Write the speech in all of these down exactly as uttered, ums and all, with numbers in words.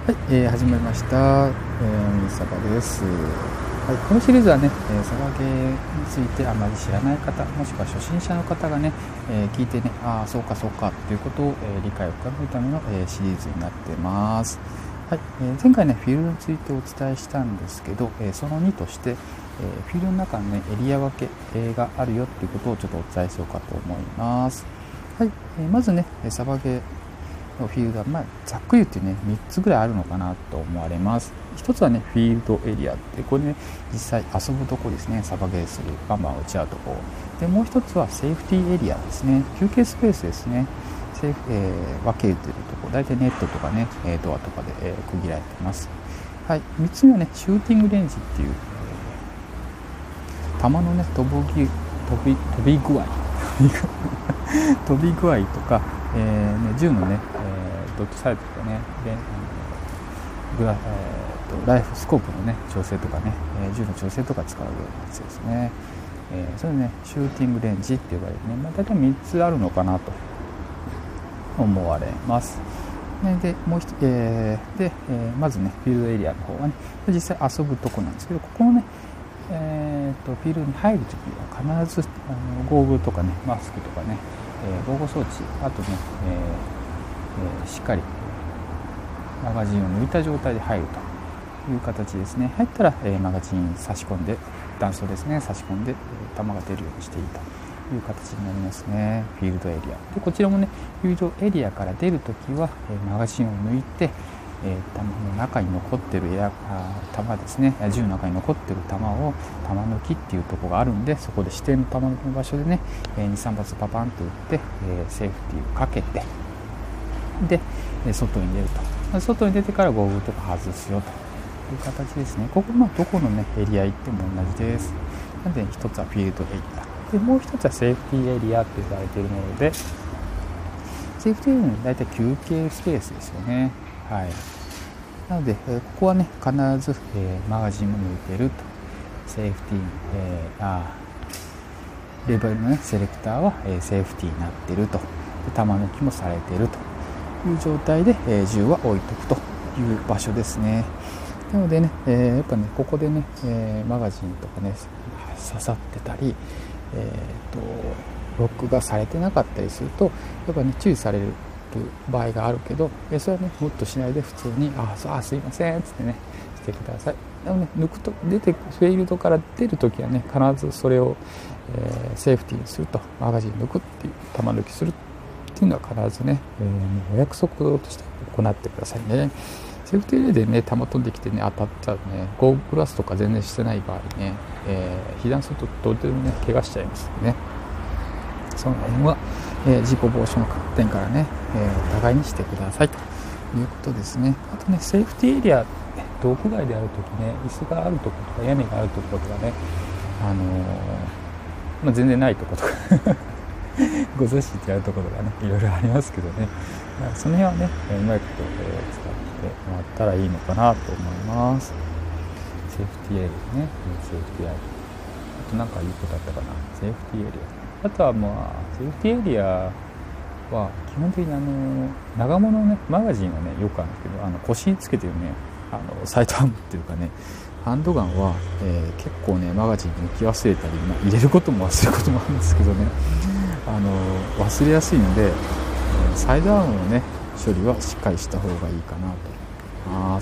はい、えー、始まりました。えー、みさばです。はい、このシリーズはね、えー、サバゲーについてあまり知らない方、もしくは初心者の方がね、えー、聞いてね、ああ、そうかそうかっていうことを、えー、理解を深めるための、えー、シリーズになってます。はい、えー、前回ね、フィールドについてお伝えしたんですけど、えー、そのにとして、えー、フィールドの中のね、エリア分け、えー、があるよっていうことをちょっとお伝えしようかと思います。はい、えー、まずね、サバゲーのフィールドは、まあ、ざっくり言ってねみっつぐらいあるのかなと思われます。一つはねフィールドエリアってこれね実際遊ぶとこですね、サバゲーするバンバン打ち合うとこで、もう一つはセーフティーエリアですね、休憩スペースですね。セーフ、えー、分けてるとこ大体ネットとかねドアとかで、えー、区切られてます。はい、みっつめはねシューティングレンジっていう、えー、弾のね飛ぶ飛び飛び具合飛び具合とか、えーね、銃のね、えー、ドットサイトとかねで、グラ、えー、とライフスコープのね調整とかね、えー、銃の調整とか使うようなやつですね。えー、それねシューティングレンジって呼ばれるね、まあ、大体みっつあるのかなと思われます。でもう一、えー、で、えー、まずねフィールドエリアの方はね実際遊ぶとこなんですけど、ここのねえー、とフィールドに入るときは必ずあのゴーグルとかねマスクとかね、えー、防護装置、あとね、えーえー、しっかりマガジンを抜いた状態で入るという形ですね。入ったら、えー、マガジン差し込んで弾倉ですね差し込んで、えー、弾が出るようにしていいという形になりますね。フィールドエリアで、こちらもねフィールドエリアから出るときは、えー、マガジンを抜いて、えー、弾の中に残ってるエア弾ですね、銃の中に残ってる弾を弾抜きっていうところがあるんで、そこで指定の弾抜きの場所でね、えー、にさん発パパンと撃って、えー、セーフティーをかけて、で外に出ると、外に出てからゴーグルとか外すよという形ですね。ここのどこのねエリア行っても同じです。なので一つはフィールドエリアで、もう一つはセーフティーエリアと呼ばれているもので、セーフティーエリアの大体休憩スペースですよね。はい、なので、えー、ここはね必ず、えー、マガジンも抜いてると、セーフティー、えー、あレベルのねセレクターは、えー、セーフティーになってると、弾抜きもされてるという状態で、えー、銃は置いとくという場所ですね。なのでね、えー、やっぱねここでね、えー、マガジンとかね刺さってたり、えー、とロックがされてなかったりするとやっぱね注意される場合があるけど、それはねもっとしないで普通にああすいませんっつってねしてください。でもね抜くと出てフェイルドから出るときはね必ずそれを、えー、セーフティーにすると、マガジン抜くっていう弾抜きするっていうのは必ずね、えー、お約束として行ってくださいね。セーフティーエリアでね弾飛んできてね当たったらねゴーグラスとか全然してない場合ね、えー、被弾するとどうでもね怪我しちゃいますね。その辺は、えー、事故防止の観点からね、えー、お互いにしてくださいということですね。あとねセーフティーエリア、屋外であるときね椅子があるところとか屋根があるところとかね、あのーまあ、全然ないところとかご座敷ってやるところがねいろいろありますけどね、その辺はねうまいこと、えー、使ってもらったらいいのかなと思います。セーフティーエリアね、セーフティーエリア、あと何か言うことあったかな。セーフティーエリア、あとはまあセーフティーエリアは基本的にあの長物のねマガジンはねよくあるんですけど、あの腰につけてるねあのサイドアームっていうかねハンドガンは、えー、結構ねマガジン抜き忘れたり、まあ、入れることも忘れることもあるんですけどね、あの忘れやすいので、サイドアームのね処理はしっかりした方がいいかなと思います。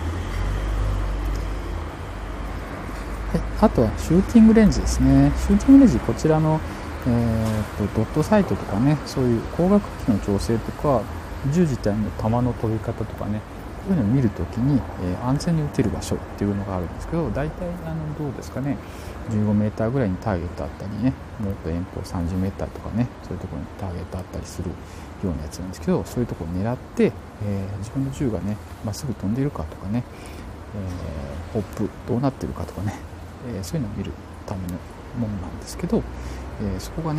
はい、あとはシューティングレンジですね。シューティングレンジ、こちらの、えー、とドットサイトとかね、そういう光学機の調整とか銃自体の弾の飛び方とかね、こういうのを見るときに、えー、安全に撃てる場所っていうのがあるんですけど、大体あのどうですかね、じゅうごメーターぐらいにターゲットあったりね、もっと遠方さんじゅうメーターとかね、そういうところにターゲットあったりするようなやつなんですけど、そういうところを狙って、えー、自分の銃がねまっすぐ飛んでいるかとかね、えー、ホップどうなってるかとかね、えー、そういうのを見るためのものなんですけど、えー、そこがね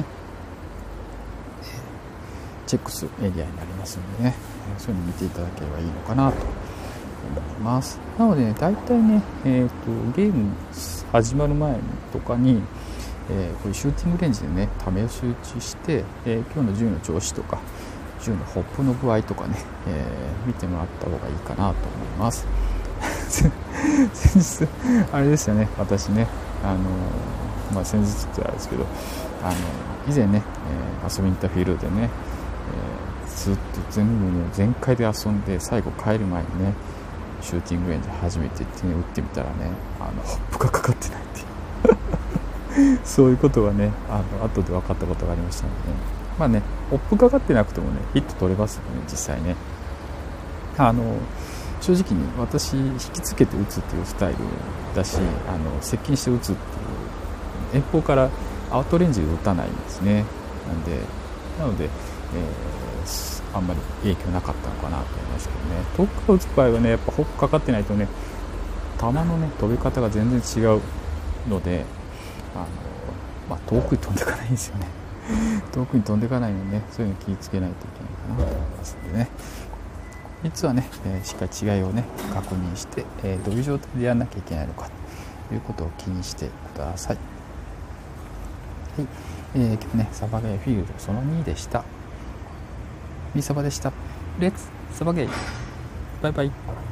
チェックするエリアになりますのでね、そういうのを見ていただければいいのかなと思います。なので、ね、大体ね、えーと、ゲーム始まる前とかに、えー、こういうシューティングレンジでねためを集中して、えー、今日の銃の調子とか、 銃のホップの具合とかね、えー、見てもらった方がいいかなと思います。先日あれですよね、私ね、あのまあ、先日ってあれですけど、あの以前ね、えー、遊びに行ったフィールドでね、えー、ずっと全部の全開で遊んで最後帰る前にねシューティングレンジ初めて行って、ね、撃ってみたらね、あのホップがかかってないっていうそういうことがね、あの後で分かったことがありましたので、ね、まあね、ホップかかってなくてもねヒット取れますよね、実際ね。あの正直に私引きつけて打つっていうスタイルだし、あの接近して打つっていう遠方からアウトレンジで打たないんですね。なんでなので、えー、あんまり影響なかったのかなと思いますけどね。遠くから打つ場合はね、やっぱホップかかってないとね、球のね飛び方が全然違うので、あの、まあ、遠くに飛んでいかないんですよね。遠くに飛んでいかないのでね、そういうの気をつけないといけないかなと思いますのでね。実はね、えー、しっかり違いをね確認して、えー、どういう状態でやらなきゃいけないのかということを気にしてください。はい、えー、今日ねサバゲーフィールドそのにでした。みサバでした。レッツサバゲー、バイバイ。